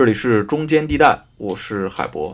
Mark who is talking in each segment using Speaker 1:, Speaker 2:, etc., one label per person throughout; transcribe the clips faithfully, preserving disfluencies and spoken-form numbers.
Speaker 1: 这里是中间地带，我是海博。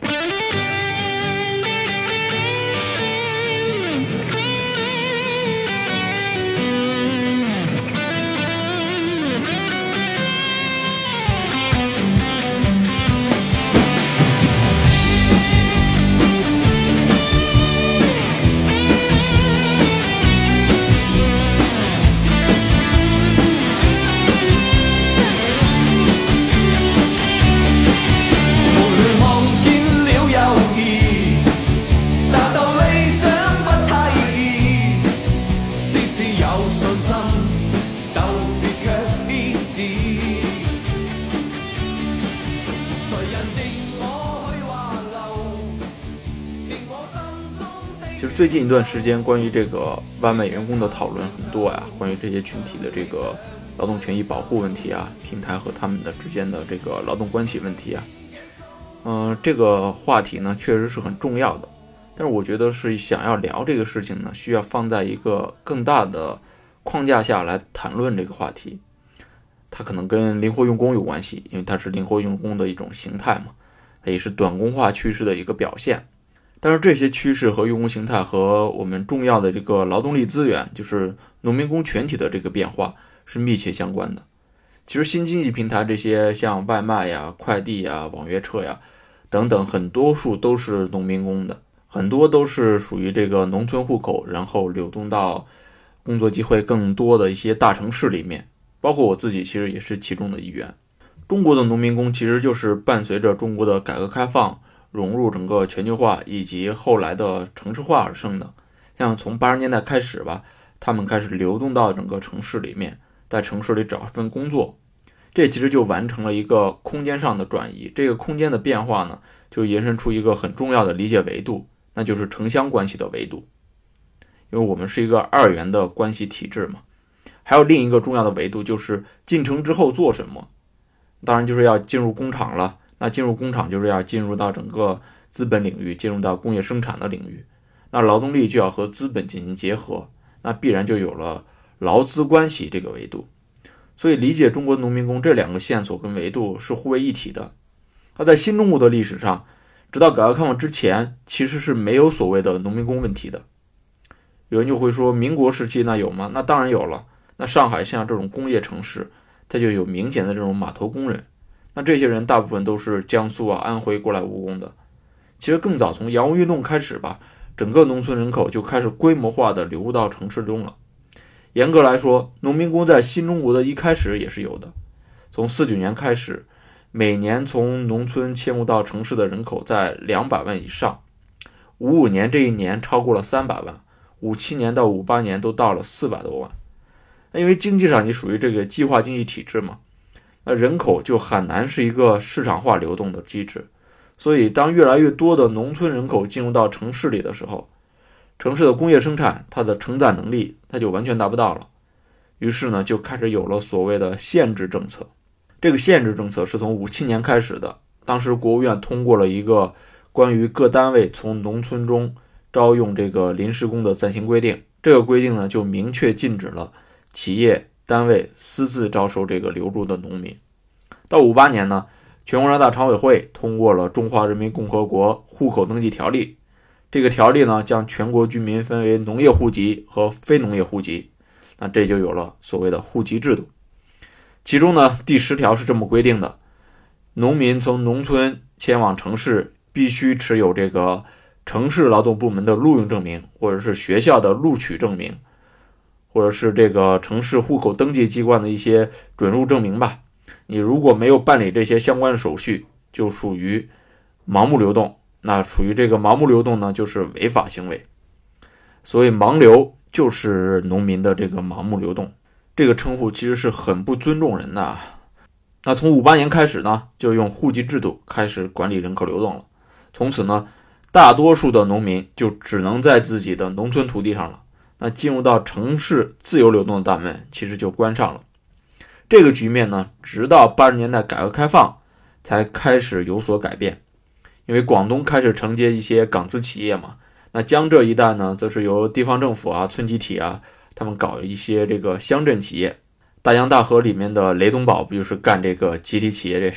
Speaker 1: 其实最近一段时间，关于这个外卖员工的讨论很多呀，关于这些群体的这个劳动权益保护问题啊，平台和他们的之间的这个劳动关系问题啊，嗯、呃，这个话题呢确实是很重要的，但是我觉得是想要聊这个事情呢，需要放在一个更大的框架下来谈论这个话题。它可能跟灵活用工有关系，因为它是灵活用工的一种形态嘛，它也是短工化趋势的一个表现。但是这些趋势和用工形态和我们重要的这个劳动力资源，就是农民工全体的这个变化是密切相关的。其实新经济平台这些像外卖呀、快递呀、网约车呀等等，很多数都是农民工的，很多都是属于这个农村户口，然后流动到工作机会更多的一些大城市里面，包括我自己其实也是其中的一员。中国的农民工其实就是伴随着中国的改革开放融入整个全球化以及后来的城市化而生的。像从八十年代开始吧，他们开始流动到整个城市里面，在城市里找一份工作，这其实就完成了一个空间上的转移。这个空间的变化呢，就延伸出一个很重要的理解维度，那就是城乡关系的维度。因为我们是一个二元的关系体制嘛。还有另一个重要的维度，就是进城之后做什么，当然就是要进入工厂了。那进入工厂就是要进入到整个资本领域，进入到工业生产的领域，那劳动力就要和资本进行结合，那必然就有了劳资关系这个维度。所以理解中国农民工这两个线索跟维度是互为一体的。那在新中国的历史上，直到改革开放之前，其实是没有所谓的农民工问题的。有人就会说，民国时期那有吗？那当然有了。那上海像这种工业城市，它就有明显的这种码头工人，那这些人大部分都是江苏啊、安徽过来务工的。其实更早从洋务运动开始吧，整个农村人口就开始规模化的流入到城市中了。严格来说，农民工在新中国的一开始也是有的。从四九年开始，每年从农村迁入到城市的人口在两百万以上，五五年这一年超过了三百万，五七年到五八年都到了四百多万。因为经济上你属于这个计划经济体制嘛，那人口就很难是一个市场化流动的机制。所以当越来越多的农村人口进入到城市里的时候，城市的工业生产它的承载能力它就完全达不到了。于是呢，就开始有了所谓的限制政策。这个限制政策是从五七年开始的，当时国务院通过了一个关于各单位从农村中招用这个临时工的暂行规定。这个规定呢，就明确禁止了企业单位私自招收这个流入的农民。到五八年呢，全国人大常委会通过了《中华人民共和国户口登记条例》。这个条例呢，将全国居民分为农业户籍和非农业户籍，那这就有了所谓的户籍制度。其中呢，第十条是这么规定的：农民从农村迁往城市，必须持有这个城市劳动部门的录用证明，或者是学校的录取证明，或者是这个城市户口登记机关的一些准入证明吧。你如果没有办理这些相关的手续，就属于盲目流动。那属于这个盲目流动呢，就是违法行为。所以盲流就是农民的这个盲目流动，这个称呼其实是很不尊重人的。那从五八年开始呢，就用户籍制度开始管理人口流动了。从此呢，大多数的农民就只能在自己的农村土地上了。那进入到城市自由流动的大门其实就关上了。这个局面呢，直到八十年代改革开放才开始有所改变。因为广东开始承接一些港资企业嘛，那江浙一带呢，则是由地方政府啊、村集体啊，他们搞一些这个乡镇企业。大洋大河里面的雷东宝不就是干这个集体企业这事儿嘛？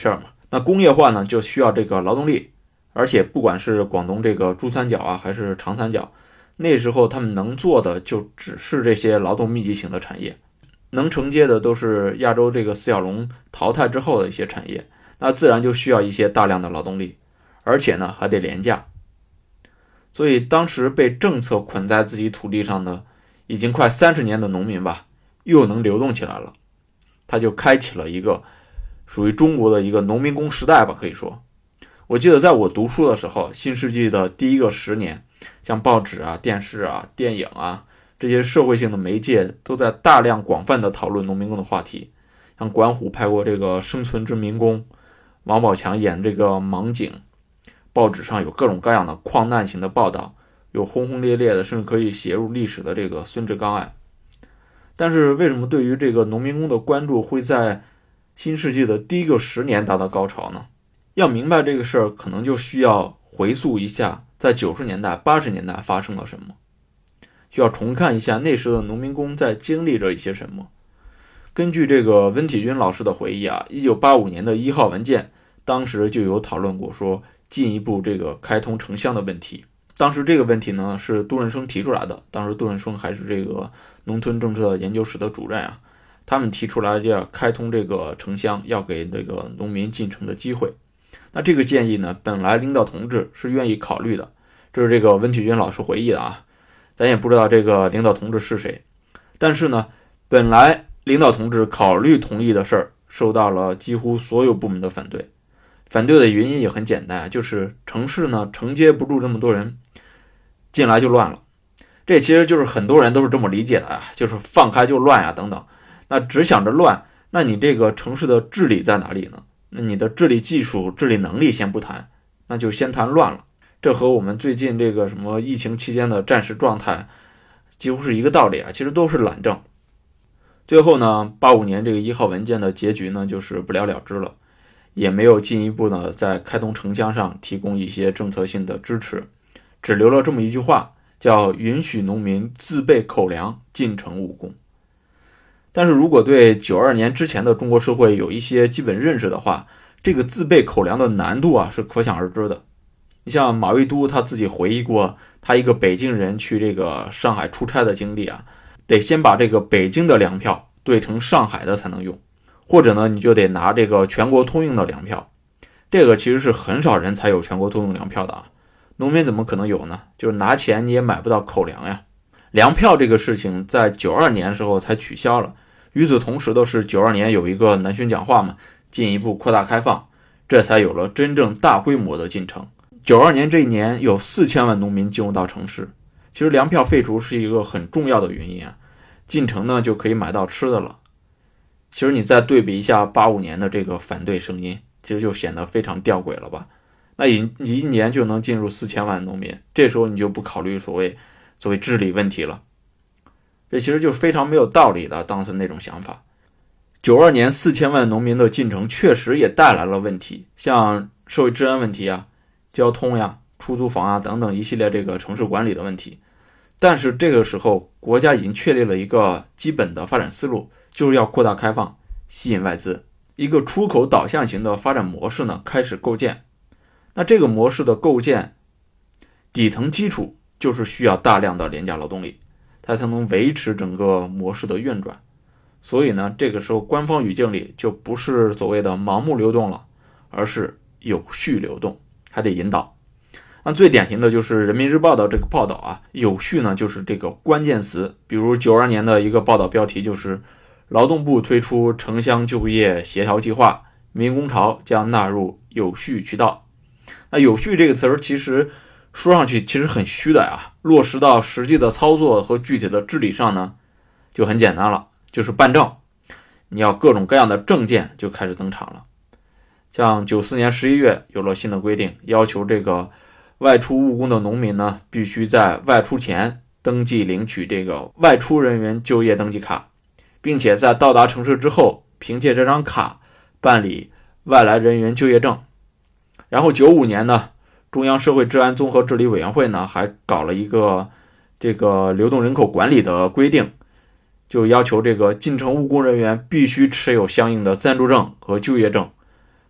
Speaker 1: 那工业化呢就需要这个劳动力，而且不管是广东这个珠三角啊还是长三角，那时候他们能做的就只是这些劳动密集型的产业，能承接的都是亚洲这个四小龙淘汰之后的一些产业，那自然就需要一些大量的劳动力，而且呢还得廉价。所以当时被政策捆在自己土地上的已经快三十年的农民吧，又能流动起来了，他就开启了一个属于中国的一个农民工时代吧，可以说。我记得在我读书的时候，新世纪的第一个十年，像报纸啊、电视啊、电影啊，这些社会性的媒介都在大量广泛的讨论农民工的话题。像管虎拍过这个《生存之民工》，王宝强演这个盲井，报纸上有各种各样的矿难型的报道，有轰轰烈烈的，甚至可以写入历史的这个孙志刚案。但是为什么对于这个农民工的关注会在新世纪的第一个十年达到高潮呢？要明白这个事儿，可能就需要回溯一下在九十年代、八十年代发生了什么，需要重看一下那时的农民工在经历着一些什么。根据这个温体军老师的回忆啊，一九八五年的一号文件当时就有讨论过说进一步这个开通城乡的问题。当时这个问题呢是杜润生提出来的，当时杜润生还是这个农村政策研究室的主任啊，他们提出来要开通这个城乡，要给这个农民进城的机会。那这个建议呢，本来领导同志是愿意考虑的，这是这个温体军老师回忆的啊，咱也不知道这个领导同志是谁。但是呢，本来领导同志考虑同意的事儿，受到了几乎所有部门的反对。反对的原因也很简单，就是城市呢承接不住这么多人，进来就乱了。这其实就是很多人都是这么理解的啊，就是放开就乱呀等等。那只想着乱，那你这个城市的治理在哪里呢？那你的治理技术、治理能力先不谈，那就先谈乱了。这和我们最近这个什么疫情期间的战时状态几乎是一个道理啊，其实都是懒政。最后呢，八五年这个一号文件的结局呢，就是不了了之了，也没有进一步呢在开通城乡上提供一些政策性的支持，只留了这么一句话，叫允许农民自备口粮，进城务工。但是如果对九二年之前的中国社会有一些基本认识的话，这个自备口粮的难度啊是可想而知的。你像马未都他自己回忆过，他一个北京人去这个上海出差的经历啊，得先把这个北京的粮票兑成上海的才能用，或者呢你就得拿这个全国通用的粮票，这个其实是很少人才有全国通用粮票的啊，农民怎么可能有呢？就是拿钱你也买不到口粮呀。粮票这个事情在九二年时候才取消了，与此同时的是九二年有一个南巡讲话嘛，进一步扩大开放，这才有了真正大规模的进城。九二年这一年有四千万农民进入到城市，其实粮票废除是一个很重要的原因啊，进城呢就可以买到吃的了。其实你再对比一下八五年的这个反对声音，其实就显得非常吊诡了吧。那一一年就能进入四千万农民，这时候你就不考虑所谓所谓治理问题了，这其实就非常没有道理的当时那种想法。九二年四千万农民的进城确实也带来了问题，像社会治安问题啊、交通呀、出租房啊等等一系列这个城市管理的问题。但是这个时候国家已经确立了一个基本的发展思路，就是要扩大开放，吸引外资，一个出口导向型的发展模式呢开始构建。那这个模式的构建底层基础就是需要大量的廉价劳动力，它才能维持整个模式的运转。所以呢，这个时候官方语境里就不是所谓的盲目流动了，而是有序流动，还得引导。那最典型的就是人民日报的这个报道啊，有序呢就是这个关键词，比如九二年的一个报道标题就是劳动部推出城乡就业协调计划，民工潮将纳入有序渠道。那有序这个词儿其实说上去其实很虚的呀，落实到实际的操作和具体的治理上呢就很简单了，就是办证。你要各种各样的证件就开始登场了。像九四年十一月有了新的规定，要求这个外出务工的农民呢必须在外出前登记领取这个外出人员就业登记卡，并且在到达城市之后凭借这张卡办理外来人员就业证。然后九五年呢，中央社会治安综合治理委员会呢还搞了一个这个流动人口管理的规定，就要求这个进城务工人员必须持有相应的暂住证和就业证，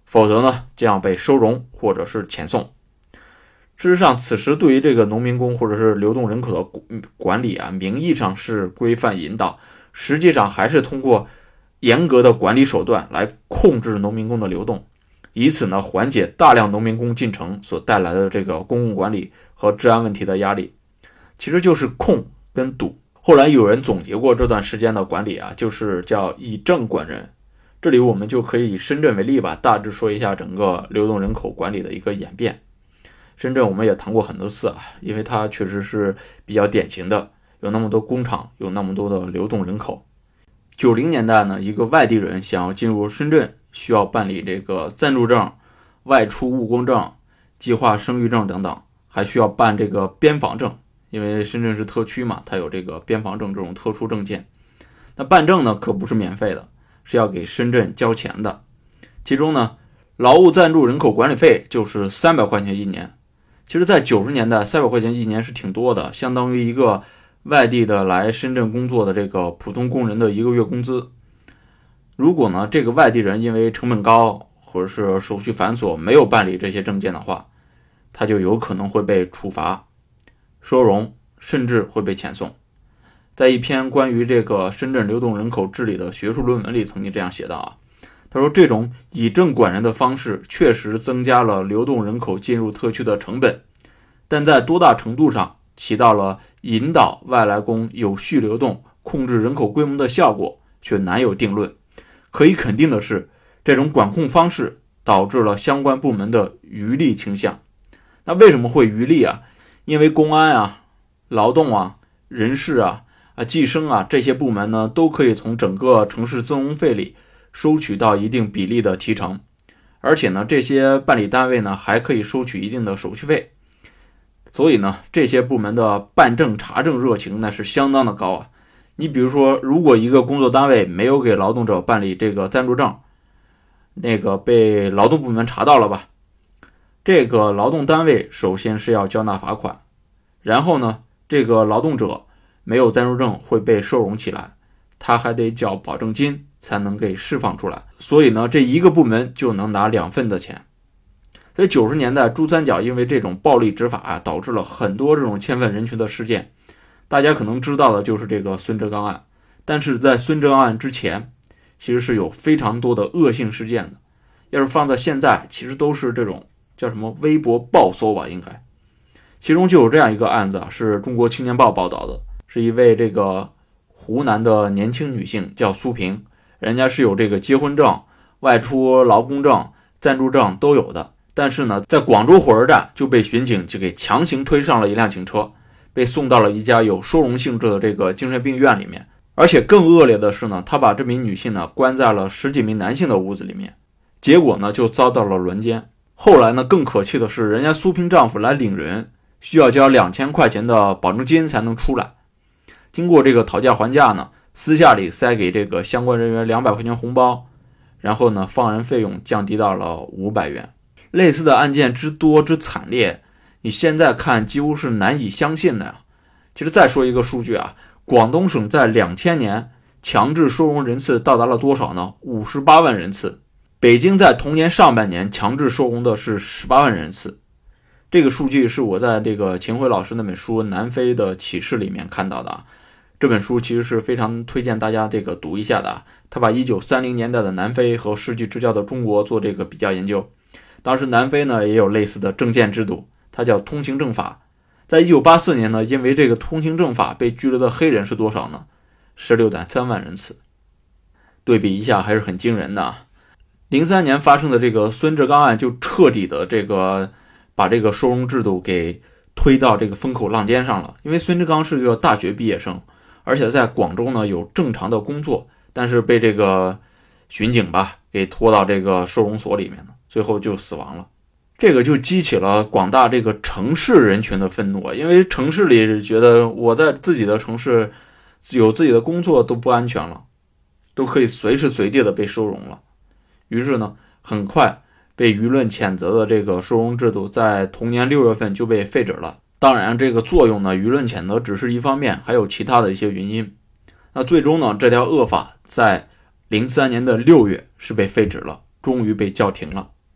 Speaker 1: 否则呢将被收容或者是遣送。事实上，此时对于这个农民工或者是流动人口的管理啊，名义上是规范引导，实际上还是通过严格的管理手段来控制农民工的流动，以此呢缓解大量农民工进城所带来的这个公共管理和治安问题的压力。其实就是控跟堵。后来有人总结过这段时间的管理啊，就是叫以政管人。这里我们就可以以深圳为例吧，大致说一下整个流动人口管理的一个演变。深圳我们也谈过很多次啊，因为它确实是比较典型的，有那么多工厂，有那么多的流动人口。九零年代呢，一个外地人想要进入深圳，需要办理这个暂住证、外出务工证、计划生育证等等，还需要办这个边防证，因为深圳是特区嘛，它有这个边防证这种特殊证件。那办证呢可不是免费的，是要给深圳交钱的。其中呢，劳务暂住人口管理费就是三百块钱一年。其实在九十年代三百块钱一年是挺多的，相当于一个外地的来深圳工作的这个普通工人的一个月工资。如果呢这个外地人因为成本高或者是手续繁琐没有办理这些证件的话，他就有可能会被处罚、收容，甚至会被遣送。在一篇关于这个深圳流动人口治理的学术论文里曾经这样写道啊，他说这种以政管人的方式确实增加了流动人口进入特区的成本，但在多大程度上起到了引导外来工有序流动、控制人口规模的效果却难有定论。可以肯定的是，这种管控方式导致了相关部门的渔利倾向。那为什么会渔利啊？因为公安啊、劳动啊、人事啊、啊计生啊这些部门呢，都可以从整个城市增容费里收取到一定比例的提成，而且呢，这些办理单位呢还可以收取一定的手续费。所以呢，这些部门的办证查证热情那是相当的高啊。你比如说，如果一个工作单位没有给劳动者办理这个暂住证，那个被劳动部门查到了吧，这个劳动单位首先是要交纳罚款，然后呢，这个劳动者没有暂住证会被收容起来，他还得缴保证金才能给释放出来。所以呢，这一个部门就能拿两份的钱。在九十年代，珠三角因为这种暴力执法啊，导致了很多这种迁愤人群的事件。大家可能知道的就是这个孙志刚案，但是在孙志刚案之前，其实是有非常多的恶性事件的。要是放在现在，其实都是这种叫什么微博暴搜吧，应该。其中就有这样一个案子啊，是中国青年报报道的，是一位这个湖南的年轻女性叫苏萍，人家是有这个结婚证、外出劳工证、暂住证都有的。但是呢，在广州火车站就被巡警就给强行推上了一辆警车，被送到了一家有收容性质的这个精神病院里面。而且更恶劣的是呢，他把这名女性呢关在了十几名男性的屋子里面，结果呢就遭到了轮奸。后来呢，更可气的是，人家苏萍丈夫来领人，需要交两千块钱的保证金才能出来。经过这个讨价还价呢，私下里塞给这个相关人员两百块钱红包，然后呢，放人费用降低到了五百元。类似的案件之多之惨烈，你现在看几乎是难以相信的呀。其实再说一个数据啊，广东省在两千年强制收容人次到达了多少呢？五十八万人次。北京在同年上半年强制收容的是十八万人次。这个数据是我在这个秦晖老师那本书《南非的启示》里面看到的啊。这本书其实是非常推荐大家这个读一下的啊。他把一九三零年代的南非和世纪之交的中国做这个比较研究。当时南非呢也有类似的证件制度，它叫通行证法。在一九八四年呢，因为这个通行证法被拘留的黑人是多少呢？ 十六点三万人次。对比一下还是很惊人的啊。零三年发生的这个孙志刚案就彻底的这个把这个收容制度给推到这个风口浪尖上了。因为孙志刚是一个大学毕业生，而且在广州呢有正常的工作，但是被这个巡警吧给拖到这个收容所里面了，最后就死亡了。这个就激起了广大这个城市人群的愤怒，因为城市里觉得我在自己的城市有自己的工作都不安全了，都可以随时随地的被收容了。于是呢，很快被舆论谴责的这个收容制度在同年六月份就被废止了。当然这个作用呢，舆论谴责只是一方面，还有其他的一些原因。那最终呢，这条恶法在零三年的六月是被废止了，终于被叫停了。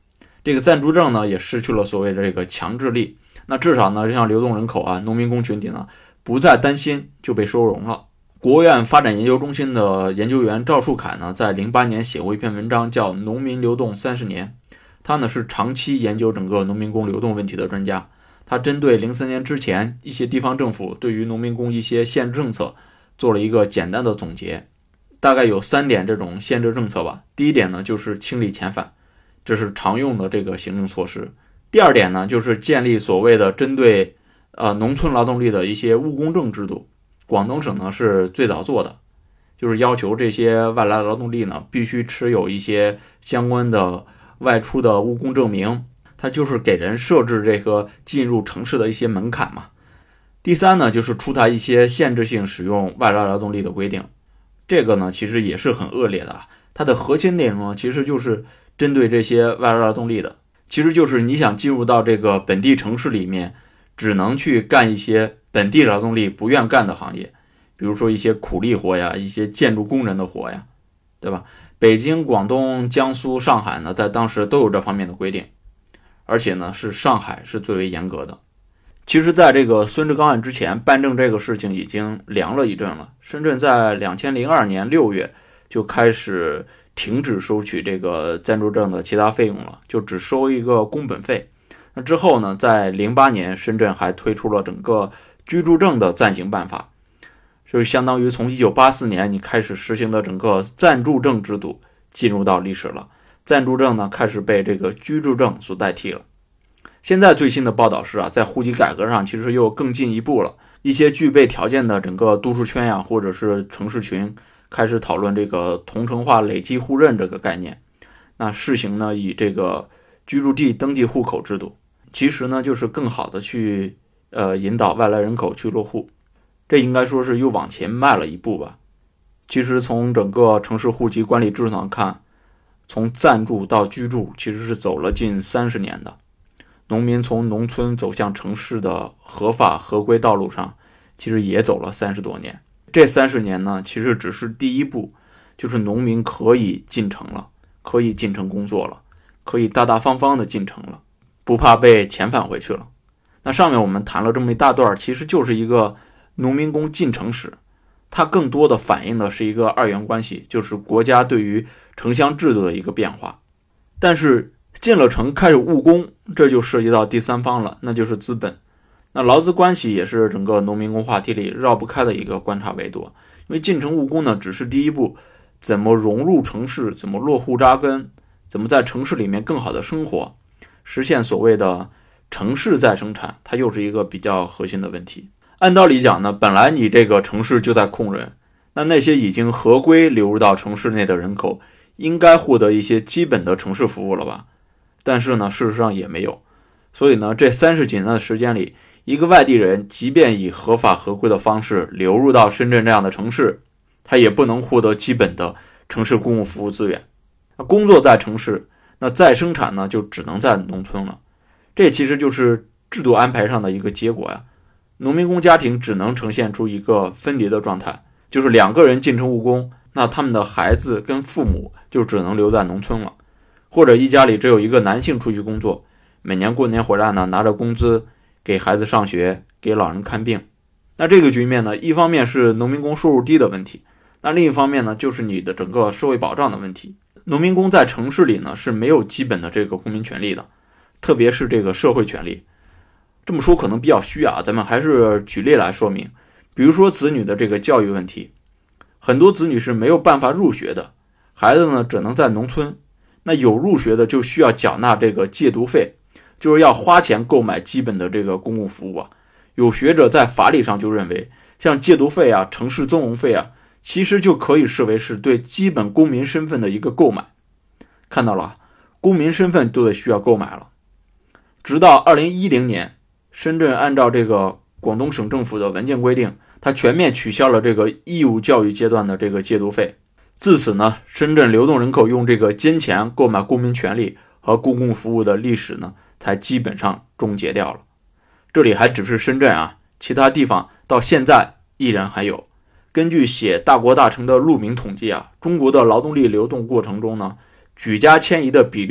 Speaker 1: 这个暂住证呢也失去了所谓的这个强制力。那至少呢，像流动人口啊、农民工群体呢，不再担心就被收容了。国务院发展研究中心的研究员赵树凯呢，在零八年写过一篇文章，叫《农民流动三十年》。他呢是长期研究整个农民工流动问题的专家。他针对零三年之前一些地方政府对于农民工一些限制政策做了一个简单的总结，大概有三点这种限制政策吧。第一点呢，就是清理遣返，这是常用的这个行政措施。第二点呢，就是建立所谓的针对呃农村劳动力的一些务工证制度。广东省呢是最早做的，就是要求这些外来劳动力呢必须持有一些相关的外出的务工证明，它就是给人设置这个进入城市的一些门槛嘛。第三呢，就是出台一些限制性使用外来劳动力的规定，这个呢其实也是很恶劣的啊。它的核心内容呢其实就是针对这些外来劳动力的，其实就是你想进入到这个本地城市里面，只能去干一些本地劳动力不愿干的行业，比如说一些苦力活呀，一些建筑工人的活呀，对吧？北京、广东、江苏、上海呢，在当时都有这方面的规定，而且呢，是上海是最为严格的。其实在这个孙志刚案之前，办证这个事情已经凉了一阵了。深圳在二零零二年六月就开始停止收取这个暂住证的其他费用了，就只收一个工本费。那之后呢，在零八年深圳还推出了整个居住证的暂行办法，就是相当于从一九八四年你开始实行的整个暂住证制度进入到历史了。暂住证呢开始被这个居住证所代替了。现在最新的报道是啊，在户籍改革上其实又更进一步了，一些具备条件的整个都市圈呀，或者是城市群开始讨论这个同城化累计户认这个概念。那试行呢以这个居住地登记户口制度，其实呢就是更好的去呃引导外来人口去落户，这应该说是又往前迈了一步吧。其实从整个城市户籍管理制度上看，从暂住到居住其实是走了近三十年的。农民从农村走向城市的合法合规道路上，其实也走了三十多年。这三十年呢，其实只是第一步，就是农民可以进城了，可以进城工作了，可以大大方方的进城了，不怕被遣返回去了。那上面我们谈了这么一大段，其实就是一个农民工进城史，它更多的反映的是一个二元关系，就是国家对于城乡制度的一个变化。但是进了城开始务工，这就涉及到第三方了，那就是资本。那劳资关系也是整个农民工话题里绕不开的一个观察维度。因为进城务工呢只是第一步，怎么融入城市，怎么落户扎根，怎么在城市里面更好的生活，实现所谓的城市再生产，它又是一个比较核心的问题。按道理讲呢，本来你这个城市就在空人，那那些已经合规流入到城市内的人口应该获得一些基本的城市服务了吧？但是呢，事实上也没有。所以呢，这三十几年的时间里，一个外地人即便以合法合规的方式流入到深圳这样的城市，他也不能获得基本的城市公共服务资源。那工作在城市，那再生产呢就只能在农村了。这其实就是制度安排上的一个结果呀。农民工家庭只能呈现出一个分离的状态，就是两个人进城务工，那他们的孩子跟父母就只能留在农村了。或者一家里只有一个男性出去工作，每年过年回来呢，拿着工资给孩子上学，给老人看病。那这个局面呢，一方面是农民工收入低的问题，那另一方面呢，就是你的整个社会保障的问题。农民工在城市里呢是没有基本的这个公民权利的，特别是这个社会权利。这么说可能比较虚啊，咱们还是举例来说明。比如说子女的这个教育问题，很多子女是没有办法入学的，孩子呢只能在农村。那有入学的就需要缴纳这个借读费，就是要花钱购买基本的这个公共服务啊。有学者在法理上就认为，像借读费啊、城市增容费啊，其实就可以视为是对基本公民身份的一个购买。看到了，公民身份都得需要购买了。直到二零一零年，深圳按照这个广东省政府的文件规定，它全面取消了这个义务教育阶段的这个借读费。自此呢，深圳流动人口用这个金钱购买公民权利和公共服务的历史呢，才基本上终结掉了。这里还只是深圳啊，其他地方到现在依然还有。根据写《大国大城》的陆明统计啊，中国的劳动力流动过程中呢，举家迁移的比率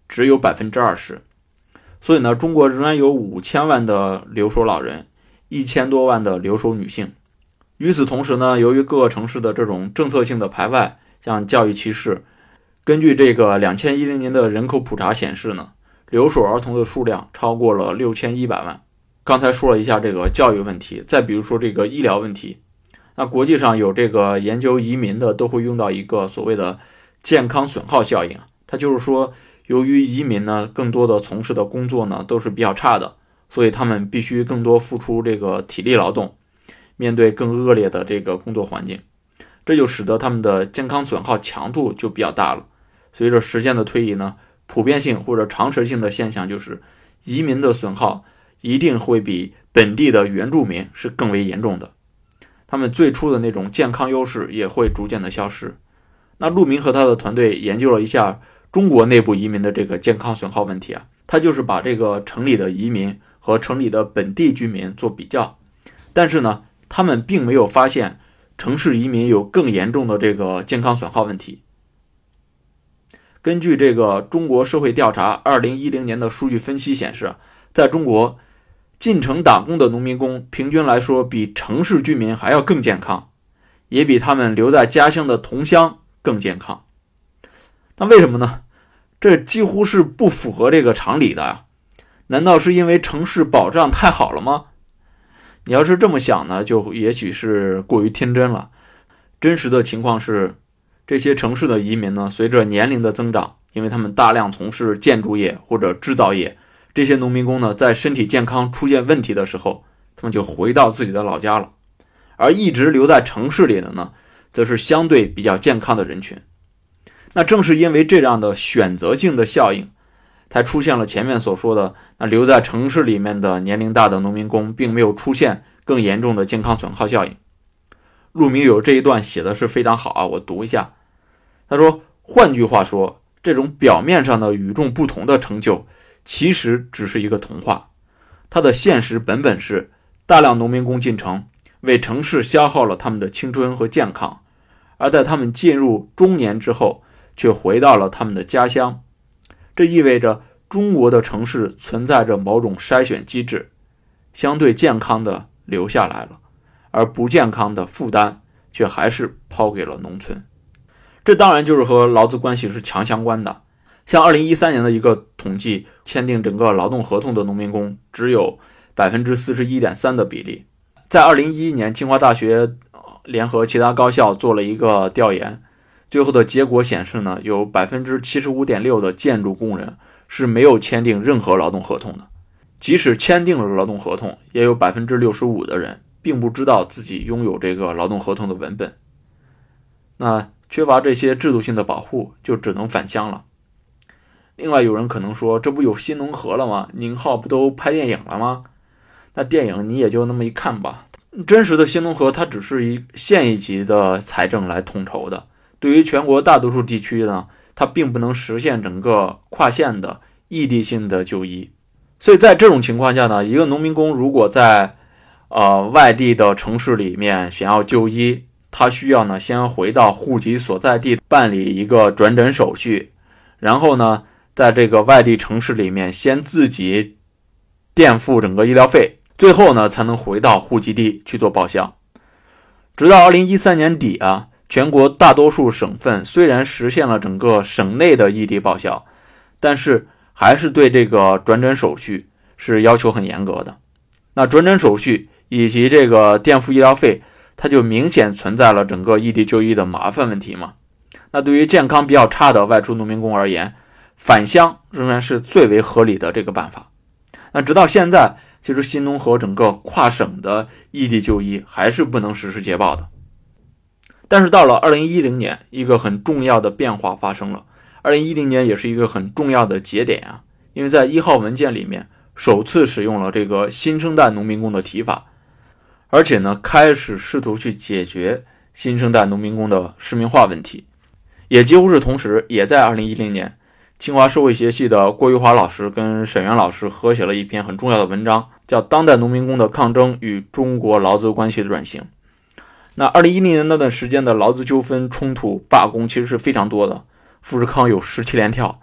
Speaker 1: 只有 百分之二十。 所以呢，中国仍然有五千万的留守老人，一千多万的留守女性。与此同时呢，由于各个城市的这种政策性的排外，像教育歧视，根据这个二零一零年的人口普查显示呢，留守儿童的数量超过了六千一百万。刚才说了一下这个教育问题，再比如说这个医疗问题，那国际上有这个研究移民的都会用到一个所谓的健康损耗效应，它就是说由于移民呢更多的从事的工作呢都是比较差的，所以他们必须更多付出这个体力劳动，面对更恶劣的这个工作环境，这就使得他们的健康损耗强度就比较大了。随着时间的推移呢，普遍性或者常识性的现象就是移民的损耗一定会比本地的原住民是更为严重的，他们最初的那种健康优势也会逐渐的消失。那陆明和他的团队研究了一下中国内部移民的这个健康损耗问题啊，他就是把这个城里的移民和城里的本地居民做比较，但是呢，他们并没有发现城市移民有更严重的这个健康损耗问题。根据这个中国社会调查二零一零年的数据分析显示，在中国进城打工的农民工平均来说比城市居民还要更健康，也比他们留在家乡的同乡更健康。那为什么呢？这几乎是不符合这个常理的呀。难道是因为城市保障太好了吗？你要是这么想呢，就也许是过于天真了。真实的情况是，这些城市的移民呢，随着年龄的增长，因为他们大量从事建筑业或者制造业，这些农民工呢，在身体健康出现问题的时候，他们就回到自己的老家了。而一直留在城市里的呢，则是相对比较健康的人群。那正是因为这样的选择性的效应，才出现了前面所说的，那留在城市里面的年龄大的农民工并没有出现更严重的健康损耗效应。陆明有这一段写的是非常好啊，我读一下。他说，换句话说，这种表面上的与众不同的成就其实只是一个童话，它的现实本本是大量农民工进城，为城市消耗了他们的青春和健康，而在他们进入中年之后，却回到了他们的家乡。这意味着中国的城市存在着某种筛选机制，相对健康的留下来了，而不健康的负担却还是抛给了农村。这当然就是和劳资关系是强相关的。像二零一三年的一个统计，签订整个劳动合同的农民工只有 百分之四十一点三 的比例。在二零一一年，清华大学联合其他高校做了一个调研，最后的结果显示呢，有 百分之七十五点六 的建筑工人是没有签订任何劳动合同的。即使签订了劳动合同，也有 百分之六十五 的人并不知道自己拥有这个劳动合同的文本。那缺乏这些制度性的保护，就只能返乡了。另外有人可能说，这不有新农合了吗？宁浩不都拍电影了吗？那电影你也就那么一看吧。真实的新农合它只是一县一级的财政来统筹的，对于全国大多数地区呢，它并不能实现整个跨县的异地性的就医。所以在这种情况下呢，一个农民工如果在呃外地的城市里面想要就医，他需要呢先回到户籍所在地办理一个转诊手续，然后呢在这个外地城市里面先自己垫付整个医疗费，最后呢才能回到户籍地去做报销。直到二零一三年底啊，全国大多数省份虽然实现了整个省内的异地报销，但是还是对这个转诊手续是要求很严格的。那转诊手续以及这个垫付医疗费，它就明显存在了整个异地就医的麻烦问题嘛。那对于健康比较差的外出农民工而言，返乡仍然是最为合理的这个办法。那直到现在，其实新农合整个跨省的异地就医还是不能实施捷报的。但是到了二零一零年，一个很重要的变化发生了。二零一零年也是一个很重要的节点啊，因为在一号文件里面首次使用了这个新生代农民工的提法，而且呢开始试图去解决新生代农民工的市民化问题。也几乎是同时，也在二零一零年，清华社会学系的郭玉华老师跟沈源老师合写了一篇很重要的文章，叫《当代农民工的抗争与中国劳资关系的转型》。那二零一零年那段时间的劳资纠纷冲突罢工其实是非常多的，富士康有十七连跳，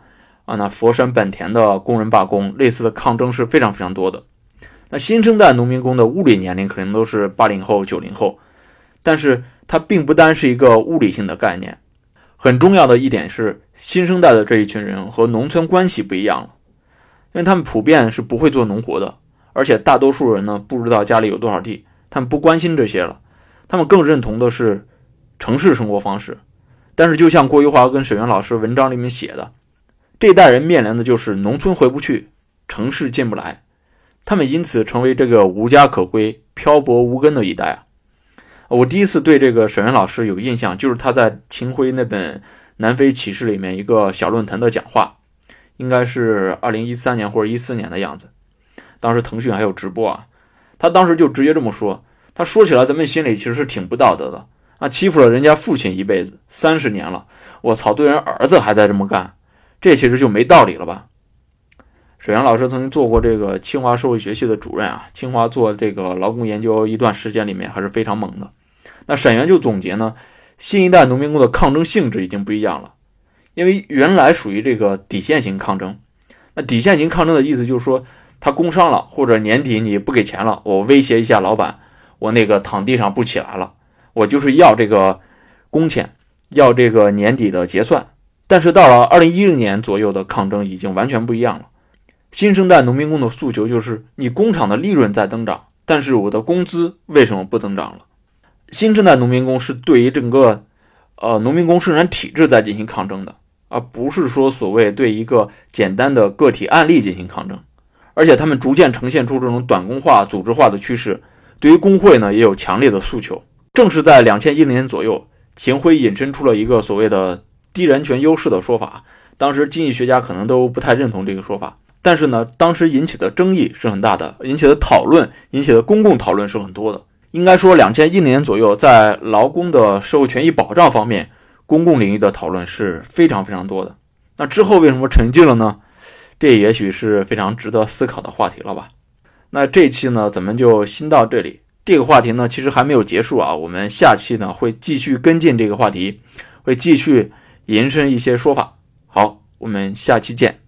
Speaker 1: 啊，那佛山本田的工人罢工，类似的抗争是非常非常多的。那新生代农民工的物理年龄可能都是八零后、九零后，但是它并不单是一个物理性的概念。很重要的一点是，新生代的这一群人和农村关系不一样了，因为他们普遍是不会做农活的，而且大多数人呢不知道家里有多少地，他们不关心这些了，他们更认同的是城市生活方式。但是就像郭玉华跟沈源老师文章里面写的，这一代人面临的就是农村回不去，城市进不来，他们因此成为这个无家可归、漂泊无根的一代啊。我第一次对这个沈源老师有印象，就是他在秦晖那本《南非启示》里面一个小论坛的讲话，应该是二零一三年或者一四年的样子。当时腾讯还有直播啊，他当时就直接这么说，他说起来咱们心里其实是挺不道德的啊，欺负了人家父亲一辈子三十年了，我操，对人儿子还在这么干，这其实就没道理了吧。沈源老师曾经做过这个清华社会学系的主任啊，清华做这个劳工研究一段时间里面还是非常猛的。那沈源就总结呢，新一代农民工的抗争性质已经不一样了，因为原来属于这个底线型抗争。那底线型抗争的意思就是说，他工伤了或者年底你不给钱了，我威胁一下老板，我那个躺地上不起来了，我就是要这个工钱，要这个年底的结算。但是到了二零一零年左右的抗争已经完全不一样了。新生代农民工的诉求就是，你工厂的利润在增长，但是我的工资为什么不增长了？新生代农民工是对于整个呃农民工生产体制在进行抗争的，而不是说所谓对一个简单的个体案例进行抗争。而且他们逐渐呈现出这种短工化、组织化的趋势，对于工会呢也有强烈的诉求。正是在两千一零年左右，秦晖引申出了一个所谓的低人权优势的说法，当时经济学家可能都不太认同这个说法，但是呢当时引起的争议是很大的，引起的讨论引起的公共讨论是很多的。应该说两千一零年左右，在劳工的社会权益保障方面，公共领域的讨论是非常非常多的。那之后为什么沉寂了呢？这也许是非常值得思考的话题了吧。那这期呢咱们就先到这里，这个话题呢其实还没有结束啊，我们下期呢会继续跟进这个话题，会继续延伸一些说法。好，我们下期见。